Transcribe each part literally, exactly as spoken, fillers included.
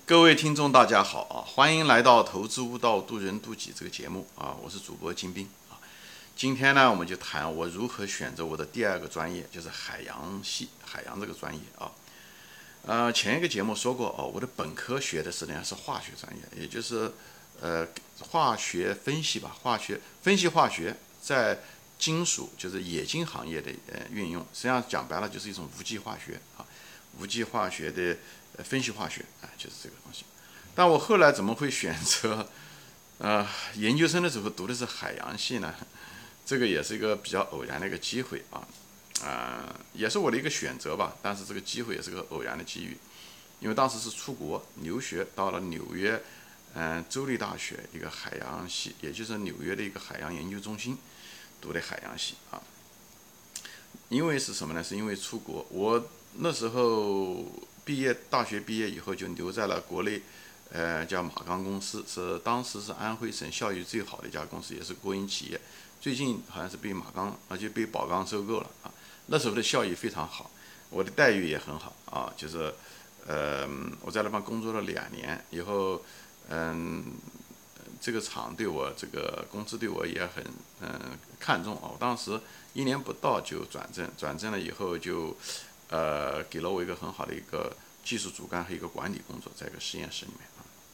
各位听众，大家好啊！欢迎来到《投资悟道，渡人渡己》这个节目啊！我是主播金兵啊。今天呢，我们就谈我如何选择我的第二个专业，就是海洋系，海洋这个专业啊。呃，前一个节目说过哦，我的本科学的是呢是化学专业，也就是呃化学分析吧，化学分析化学在金属就是冶金行业的呃运用，实际上讲白了就是一种无机化学啊，无机化学的呃分析化学啊，就是这个东西。但我后来怎么会选择呃研究生的时候读的是海洋系呢？这个也是一个比较偶然的一个机会啊。啊、呃，也是我的一个选择吧，但是这个机会也是个偶然的机遇，因为当时是出国留学，到了纽约，嗯、呃，州立大学一个海洋系，也就是纽约的一个海洋研究中心读的海洋系啊。因为是什么呢？是因为出国，我那时候毕业，大学毕业以后就留在了国内，呃，叫马钢公司，是当时是安徽省效益最好的一家公司，也是国营企业，最近好像是被马钢啊就被宝钢收购了啊。那时候的效益非常好，我的待遇也很好啊，就是，呃，我在那边工作了两年以后，嗯，这个厂对我这个公司对我也很嗯看重啊，我当时一年不到就转正，转正了以后就，呃，给了我一个很好的一个技术主干和一个管理工作，在一个实验室里面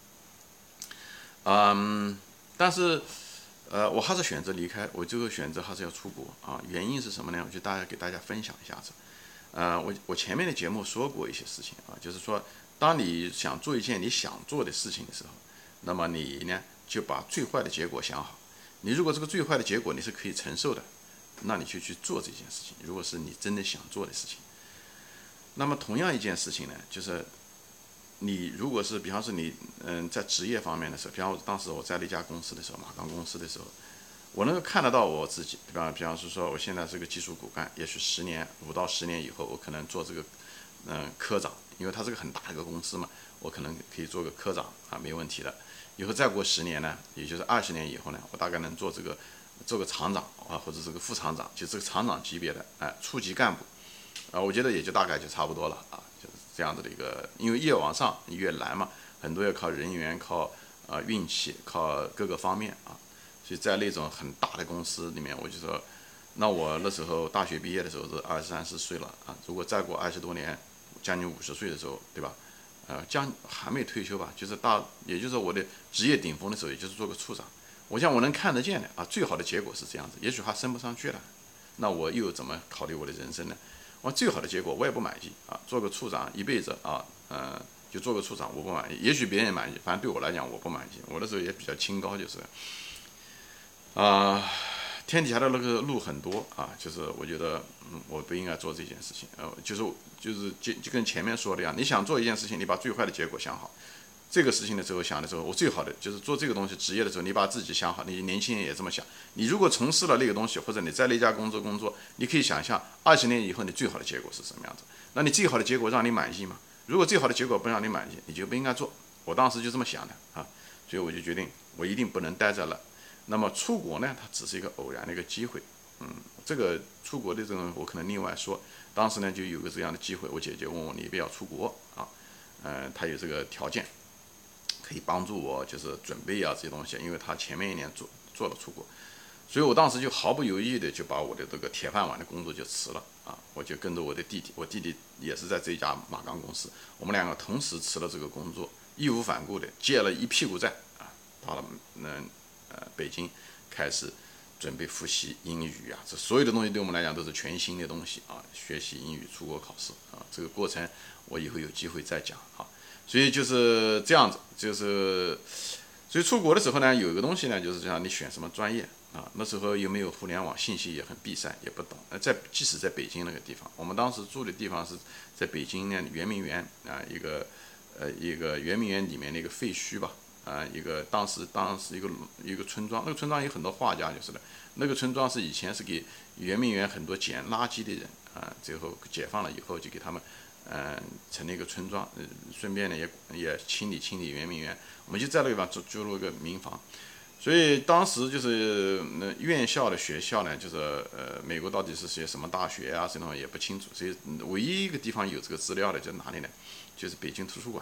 啊，嗯，但是。呃，我还是选择离开，我最后选择还是要出国啊。原因是什么呢？我就大家给大家分享一下子。呃，我我前面的节目说过一些事情啊，就是说，当你想做一件你想做的事情的时候，那么你呢就把最坏的结果想好。你如果这个最坏的结果你是可以承受的，那你就去做这件事情。如果是你真的想做的事情，那么同样一件事情呢，就是你如果是比方说你嗯在职业方面的时候，比方我当时我在那家公司的时候，马钢公司的时候，我能够看得到我自己，比方比方说我现在是个技术骨干，也许十年五到十年以后，我可能做这个嗯科长，因为它是个很大的一个公司嘛，我可能可以做个科长啊，没问题的。以后再过十年呢，也就是二十年以后呢，我大概能做这个做个厂长啊，或者是个副厂长，就这个厂长级别的哎初级干部啊，我觉得也就大概就差不多了啊。这样子的一个，因为越往上越难嘛，很多要靠人员、靠呃运气、靠各个方面啊，所以在那种很大的公司里面，我就说，那我那时候大学毕业的时候是二三十岁了啊，如果再过二十多年，将近五十岁的时候，对吧？呃，将还没退休吧，就是大，也就是我的职业顶峰的时候，也就是做个处长。我想我能看得见的啊，最好的结果是这样子，也许还升不上去了，那我又怎么考虑我的人生呢？我最好的结果我也不满意啊，做个处长一辈子啊，呃，就做个处长我不满意，也许别人满意，反正对我来讲我不满意。我那时候也比较清高，就是啊、呃，天底下的那个路很多啊，就是我觉得嗯，我不应该做这件事情，呃，就是就是就就跟前面说的一样，你想做一件事情，你把最坏的结果想好。这个事情的时候想的时候，我最好的就是做这个东西职业的时候，你把自己想好。你年轻人也这么想。你如果从事了那个东西，或者你在那家工作工作，你可以想象二十年以后你最好的结果是什么样子。那你最好的结果让你满意吗？如果最好的结果不让你满意，你就不应该做。我当时就这么想的啊，所以我就决定我一定不能待着了。那么出国呢，它只是一个偶然的一个机会。嗯，这个出国的这种我可能另外说。当时呢就有个这样的机会，我姐姐问我你要不要出国啊？呃，她有这个条件。可以帮助我就是准备啊这些东西，因为他前面一年做做了出国，所以我当时就毫不犹豫的就把我的这个铁饭碗的工作就辞了啊，我就跟着我的弟弟，我弟弟也是在这家马钢公司，我们两个同时辞了这个工作，义无反顾的借了一屁股债啊，到了嗯呃北京开始准备复习英语啊，这所有的东西对我们来讲都是全新的东西啊，学习英语出国考试啊，这个过程我以后有机会再讲啊。所以就是这样子，就是所以出国的时候呢，有一个东西呢，就是这样，你选什么专业啊？那时候又没有互联网，信息也很闭塞，也不懂。呃，在即使在北京那个地方，我们当时住的地方是在北京呢圆明园啊，一个呃一个圆明园里面的一个废墟吧，啊，一个当时当时一个一个村庄，那个村庄有很多画家就是的，那个村庄是以前是给圆明园很多捡垃圾的人啊，最后解放了以后就给他们。嗯，成立一个村庄，呃，顺便呢也也清理清理圆明园，我们就在那个地方租租了个民房，所以当时就是那院校的学校呢，就是呃美国到底是学什么大学啊，这种也不清楚，所以唯一一个地方有这个资料的在哪里呢？就是北京图书馆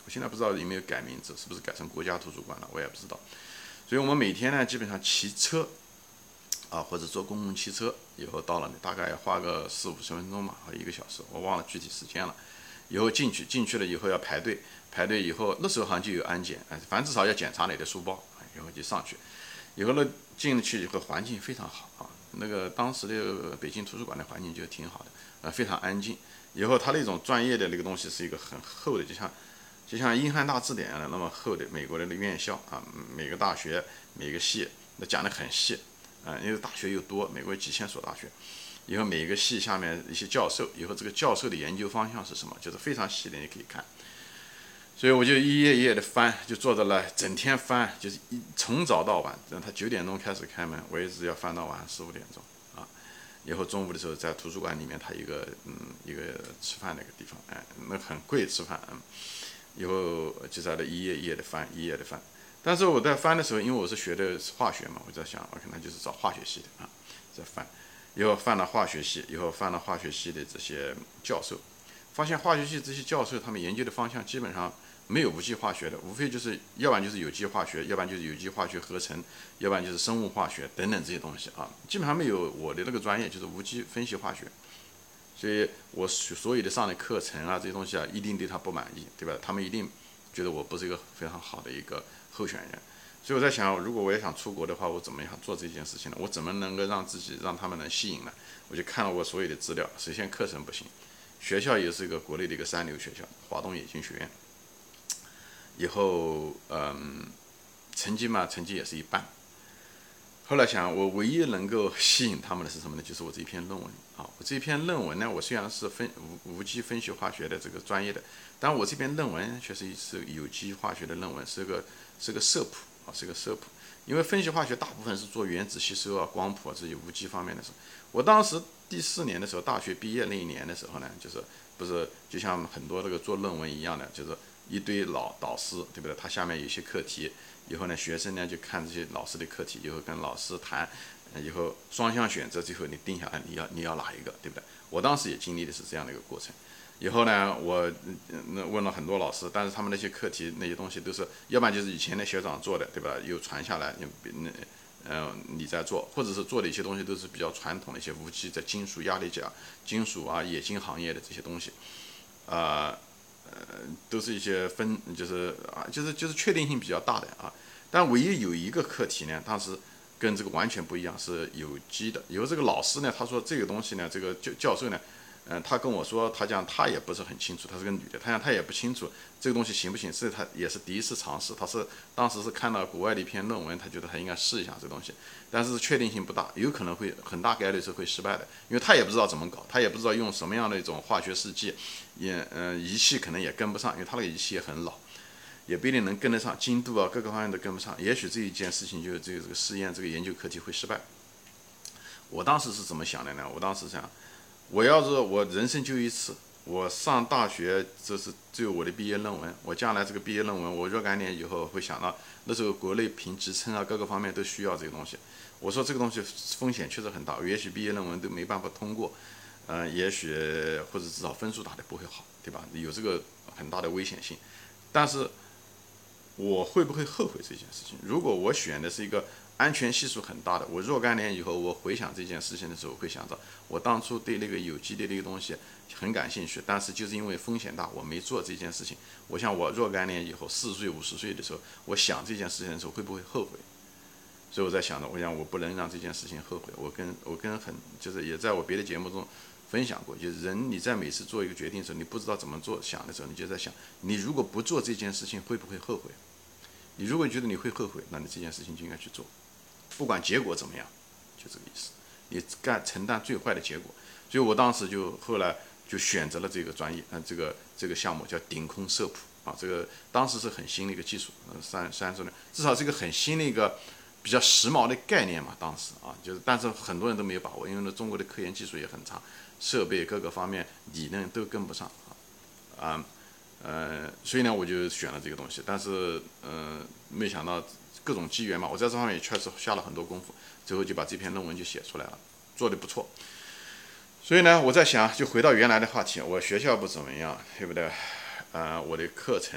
我现在不知道有没有改名字，是不是改成国家图书馆了，我也不知道。所以我们每天呢，基本上骑车啊，或者坐公共汽车，以后到了大概要花个四五十分钟吧，和一个小时，我忘了具体时间了。以后进去，进去了以后要排队，排队以后那时候好像就有安检，哎，反正至少要检查你的书包，以后就上去。以后呢，进去以后环境非常好啊，那个当时的北京图书馆的环境就挺好的，呃，非常安静。以后它那种专业的那个东西是一个很厚的，就像就像英汉大字典一样的那么厚的美国的院校啊，每个大学每个系那讲得很细啊，因为大学又多，美国有几千所大学。以后每个系下面一些教授，以后这个教授的研究方向是什么，就是非常细的，你可以看。所以我就一页一页的翻，就坐在那整天翻，就是一从早到晚。他九点钟开始开门，我一直要翻到晚上十五点钟啊。以后中午的时候在图书馆里面，它一个嗯一个吃饭那个地方，哎，那很贵吃饭，嗯。以后就在那一页一页的翻，一页的翻。但是我在翻的时候，因为我是学的化学嘛，我在想，我可能就是找化学系的啊，在翻。以后翻了化学系，以后翻了化学系的这些教授，发现化学系这些教授他们研究的方向基本上没有无机化学的，无非就是要不然就是有机化学，要不然就是有机化学合成，要不然就是生物化学等等这些东西啊，基本上没有我的那个专业就是无机分析化学。所以我所有的上的课程啊这些东西啊，一定对他不满意，对吧？他们一定觉得我不是一个非常好的一个候选人。所以我在想，如果我也想出国的话，我怎么样做这件事情呢？我怎么能够让自己让他们能吸引呢？我就看了我所有的资料，首先课程不行，学校也是一个国内的一个三流学校，华东冶金学院。以后，嗯，成绩嘛，成绩也是一般。后来想，我唯一能够吸引他们的是什么呢？就是我这篇论文啊。我这篇论文呢，我虽然是分无无机分析化学的这个专业的，但我这篇论文却是是有机化学的论文，是个是个色谱啊，是个色谱。因为分析化学大部分是做原子吸收啊、光谱啊这些无机方面的事。我当时第四年的时候，大学毕业那一年的时候呢，就是不是就像很多这个做论文一样的，就是一堆老导师，对不对？他下面有些课题。以后呢，学生呢就看这些老师的课题，以后跟老师谈，以后双向选择，最后你定下来你要你要哪一个，对不对？我当时也经历的是这样的一个过程。以后呢，我那问了很多老师，但是他们那些课题那些东西都是，要不然就是以前的学长做的，对吧？又传下来，那呃你在做，或者是做的一些东西都是比较传统的一些无机在金属压力角、金属啊、冶金行业的这些东西，啊、呃。呃，都是一些分，就是啊，就是就是确定性比较大的啊。但唯一有一个课题呢，当时跟这个完全不一样，是有机的。以后这个老师呢，他说这个东西呢，这个教教授呢，嗯、呃，他跟我说，他讲他也不是很清楚，她是个女的，他讲他也不清楚这个东西行不行，是他也是第一次尝试。他是当时是看到国外的一篇论文，他觉得他应该试一下这个东西，但是确定性不大，有可能会很大概率是会失败的，因为他也不知道怎么搞，他也不知道用什么样的一种化学试剂，也嗯、呃、仪器可能也跟不上，因为他那个仪器也很老。也不一定能跟得上精度啊，各个方面都跟不上。也许这一件事情就是这个这个试验这个研究课题会失败。我当时是怎么想的呢？我当时想，我要是我人生就一次，我上大学这是只有我的毕业论文，我将来这个毕业论文，我若干年以后会想到，那时候国内评职称啊，各个方面都需要这个东西。我说这个东西风险确实很大，也许毕业论文都没办法通过，嗯、呃，也许或者至少分数打得不会好，对吧？有这个很大的危险性，但是。我会不会后悔这件事情？如果我选的是一个安全系数很大的，我若干年以后我回想这件事情的时候，会想到我当初对那个有机的那个东西很感兴趣，但是就是因为风险大，我没做这件事情。我想我若干年以后四十岁、五十岁的时候，我想这件事情的时候会不会后悔？所以我在想着，我想我不能让这件事情后悔。我跟我跟很就是也在我别的节目中分享过，就是人你在每次做一个决定的时候，你不知道怎么做想的时候，你就在想，你如果不做这件事情，会不会后悔？你如果觉得你会后悔，那你这件事情就应该去做，不管结果怎么样，就这个意思。你干承担最坏的结果。所以我当时就后来就选择了这个专业，嗯、呃，这个这个项目叫顶空色谱啊，这个当时是很新的一个技术，呃，三三十年，至少是一个很新的一个比较时髦的概念嘛，当时啊，就是但是很多人都没有把握，因为呢中国的科研技术也很差，设备各个方面理论都跟不上啊，啊。呃，所以呢，我就选了这个东西，但是呃，没想到各种机缘嘛，我在这方面也确实下了很多功夫，最后就把这篇论文就写出来了，做得不错。所以呢，我在想，就回到原来的话题，我学校不怎么样，对不对？呃，我的课程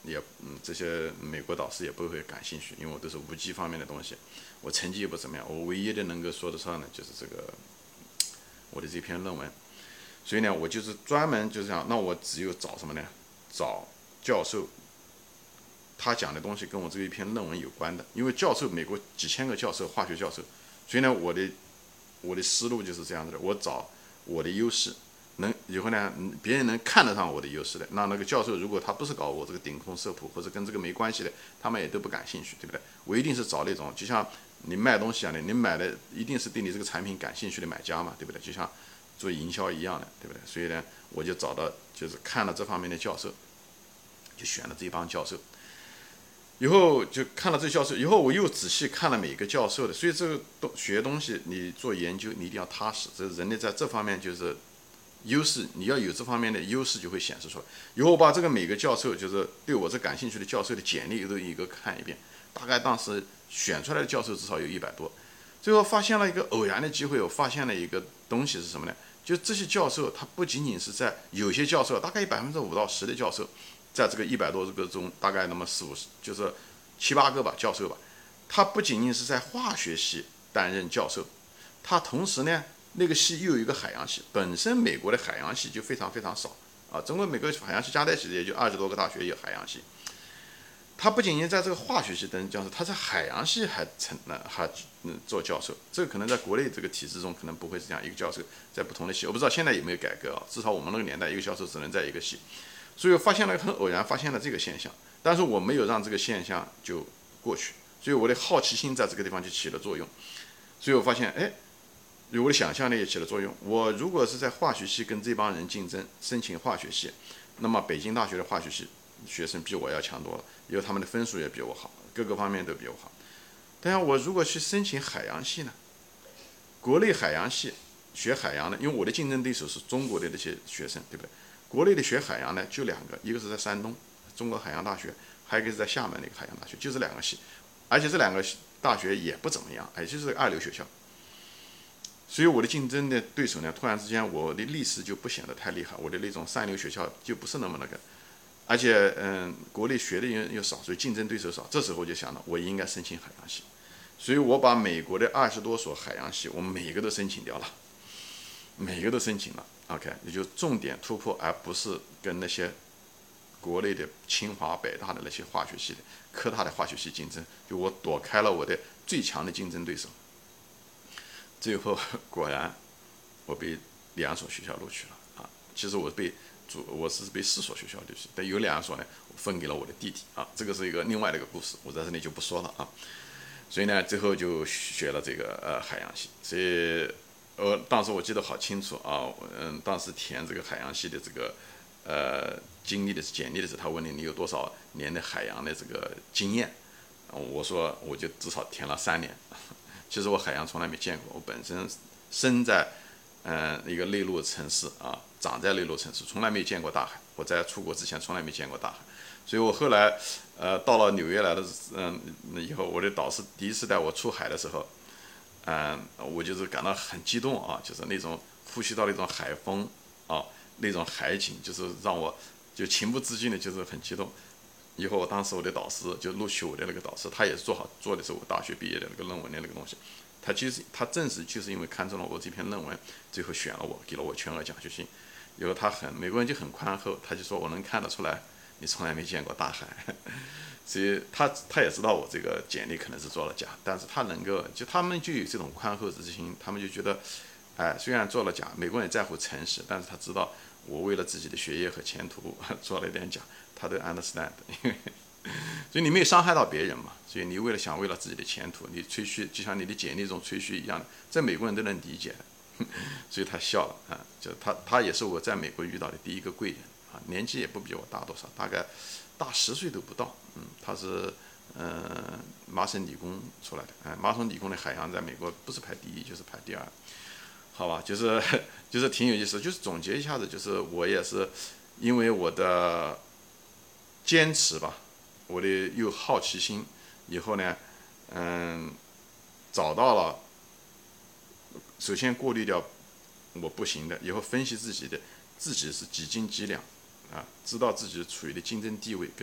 也嗯这些美国导师也不会感兴趣，因为我都是无机方面的东西，我成绩也不怎么样，我唯一的能够说得上的就是这个我的这篇论文。所以呢，我就是专门就是这样，那我只有找什么呢？找教授，他讲的东西跟我这一篇论文有关的。因为教授，美国几千个教授，化学教授，所以呢，我的我的思路就是这样子的，我找我的优势，能以后呢，别人能看得上我的优势的，那那个教授如果他不是搞我这个顶空色谱或者跟这个没关系的，他们也都不感兴趣，对不对？我一定是找那种就像你卖东西一样的，你买的一定是对你这个产品感兴趣的买家嘛，对不对？就像做营销一样的，对不对？所以呢，我就找到就是看了这方面的教授，就选了这帮教授。以后就看了这教授，以后我又仔细看了每个教授的，所以这个东学东西，你做研究你一定要踏实，这人类在这方面就是优势，你要有这方面的优势就会显示出来。以后我把这个每个教授就是对我这感兴趣的教授的简历都一个看一遍，大概当时选出来的教授至少有一百多。最后发现了一个偶然的机会，我发现了一个东西是什么呢？就这些教授，他不仅仅是在有些教授，大概有百分之五到十的教授，在这个一百多个中，大概那么四五十，就是七八个吧，教授吧，他不仅仅是在化学系担任教授，他同时呢，那个系又有一个海洋系，本身美国的海洋系就非常非常少啊，中国每个海洋系加在一起也就二十多个大学有海洋系。他不仅仅在这个化学系担任教授，他在海洋系还成了还嗯做教授。这个可能在国内这个体制中可能不会是这样，一个教授在不同的系，我不知道现在有没有改革啊。至少我们那个年代，一个教授只能在一个系。所以我发现了很偶然发现了这个现象，但是我没有让这个现象就过去，所以我的好奇心在这个地方就起了作用。所以我发现，哎，我的想象力也起了作用。我如果是在化学系跟这帮人竞争，申请化学系，那么北京大学的化学系学生比我要强多了，因为他们的分数也比我好，各个方面都比我好。但是我如果去申请海洋系呢？国内海洋系学海洋的，因为我的竞争对手是中国的那些学生，对不对？国内的学海洋呢就两个，一个是在山东中国海洋大学，还有一个是在厦门那个海洋大学，就这两个系，而且这两个大学也不怎么样，也就是二流学校。所以我的竞争的对手呢，突然之间我的历史就不显得太厉害，我的那种三流学校就不是那么那个。而且，嗯，国内学的人又少，所以竞争对手少。这时候我就想到，我应该申请海洋系，所以我把美国的二十多所海洋系，我每一个都申请掉了，每个都申请了。OK， 也就重点突破，而不是跟那些国内的清华、北大的那些化学系的、科大的化学系竞争。就我躲开了我的最强的竞争对手。最后果然，我被两所学校录取了啊！其实我被。我是被四所学校录取，但有两所呢，我分给了我的弟弟啊，这个是一个另外的一个故事，我在这里就不说了啊。所以呢，最后就学了这个呃海洋系，所以呃当时我记得好清楚啊，嗯，当时填这个海洋系的这个呃经历的简历的时候，他问你你有多少年的海洋的这个经验，我说我就至少填了三年，其实我海洋从来没见过，我本身生在。嗯，一个内陆城市啊，长在内陆城市，从来没见过大海。我在出国之前从来没见过大海，所以我后来呃到了纽约来的，嗯，以后我的导师第一次带我出海的时候，嗯，我就是感到很激动啊，就是那种呼吸到那种海风啊，那种海景，就是让我就情不自禁的，就是很激动。以后我当时我的导师就录取我的那个导师，他也是做好做的是我大学毕业的那个论文的那个东西。他其实他正是就是因为看中了我这篇论文，最后选了我，给了我全额奖学金。以后他很美国人就很宽厚，他就说我能看得出来你从来没见过大海，所以他他也知道我这个简历可能是做了假，但是他能够就他们就有这种宽厚之心，他们就觉得，哎，虽然做了假，美国人也在乎诚实，但是他知道我为了自己的学业和前途做了一点假，他都 understand， 因为。所以你没有伤害到别人嘛，所以你为了想为了自己的前途，你吹嘘就像你的简历中吹嘘一样的，在美国人都能理解的，所以他笑了啊，就他他也是我在美国遇到的第一个贵人啊，年纪也不比我大多少，大概大十岁都不到，嗯，他是嗯、呃、麻省理工出来的，哎，麻省理工的海洋在美国不是排第一就是排第二，好吧，就是就是挺有意思，就是总结一下子，就是我也是因为我的坚持吧。我的有好奇心，以后呢，嗯，找到了，首先过滤掉我不行的，以后分析自己的，自己是几斤几两，啊，知道自己处于的竞争地位跟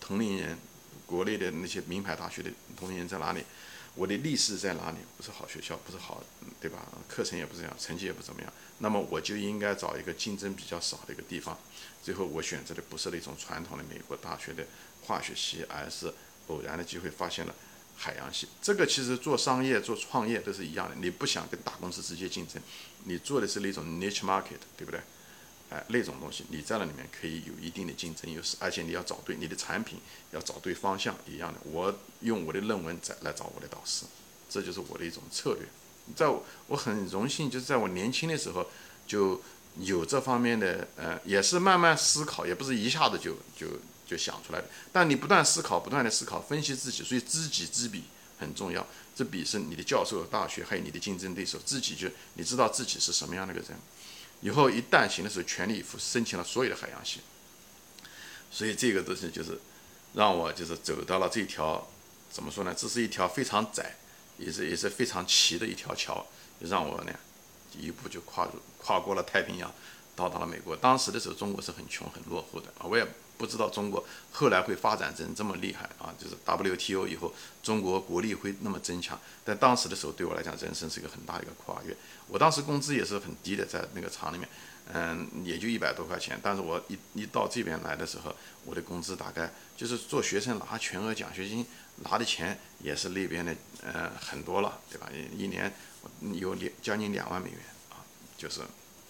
同龄人，国内的那些名牌大学的同龄人在哪里？我的历史在哪里？不是好学校，不是好，对吧？课程也不这样，成绩也不怎么样。那么我就应该找一个竞争比较少的一个地方。最后我选择的不是那种传统的美国大学的化学系，而是偶然的机会发现了海洋系。这个其实做商业、做创业都是一样的。你不想跟大公司直接竞争，你做的是那种 niche market， 对不对？哎，那种东西你在那里面可以有一定的竞争优势，而且你要找对你的产品，要找对方向一样的。我用我的论文来找我的导师，这就是我的一种策略。在我我很荣幸，就是在我年轻的时候就有这方面的，呃，也是慢慢思考，也不是一下子就就就想出来的。但你不断思考，不断的思考，分析自己，所以知己知彼很重要。这比是你的教授、大学还有你的竞争对手，自己就你知道自己是什么样的一个人。以后一旦行的时候，全力以赴申请了所有的海洋系，所以这个东西就是让我就是走到了这条，怎么说呢？这是一条非常窄，也是也是非常齐的一条桥，让我呢一步就跨入跨过了太平洋，到达了美国。当时的时候，中国是很穷很落后的啊，我也不知道中国后来会发展成这么厉害啊，就是 W T O 以后，中国国力会那么增强。但当时的时候，对我来讲，人生是一个很大的一个跨越。我当时工资也是很低的，在那个厂里面，嗯，也就一百多块钱。但是我一一到这边来的时候，我的工资大概就是做学生拿全额奖学金拿的钱也是那边的呃很多了，对吧？一年有两将近两万美元啊，就是。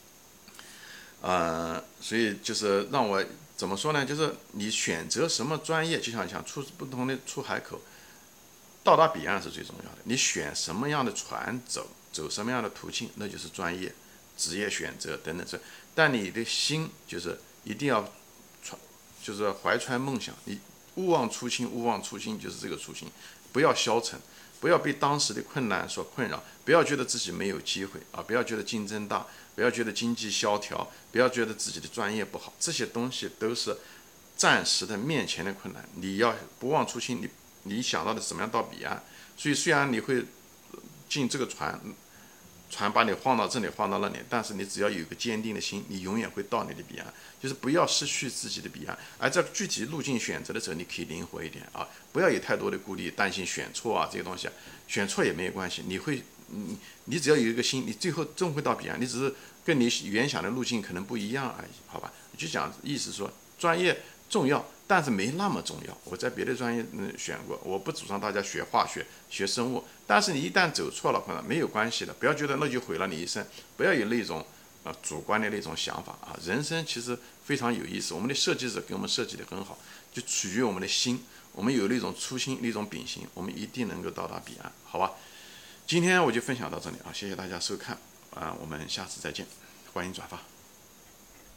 呃，所以就是让我怎么说呢？就是你选择什么专业，就像想出不同的出海口，到达彼岸是最重要的。你选什么样的船走，走什么样的途径，那就是专业、职业选择等等这。但你的心就是一定要传，就是怀揣梦想，你勿忘初心，勿忘初心就是这个初心，不要消沉。不要被当时的困难所困扰，不要觉得自己没有机会啊，不要觉得竞争大，不要觉得经济萧条，不要觉得自己的专业不好，这些东西都是暂时的面前的困难。你要不忘初心，你你想到的怎么样到彼岸？所以虽然你会进这个船，船把你晃到这里，晃到那里，但是你只要有一个坚定的心，你永远会到你的彼岸。就是不要失去自己的彼岸，而在具体路径选择的时候，你可以灵活一点啊，不要有太多的顾虑，担心选错啊这些东西，选错也没有关系，你会，你你只要有一个心，你最后终会到彼岸，你只是跟你原想的路径可能不一样而已，好吧？就讲意思说，专业重要，但是没那么重要。我在别的专业嗯选过，我不主张大家学化学、学生物，但是你一旦走错了，可能没有关系的，不要觉得那就毁了你一生，不要有那种啊主观的那种想法啊。人生其实非常有意思，我们的设计者给我们设计的很好，就取决于我们的心，我们有那种初心、那种秉性，我们一定能够到达彼岸，好吧？今天我就分享到这里啊，谢谢大家收看啊，我们下次再见，欢迎转发。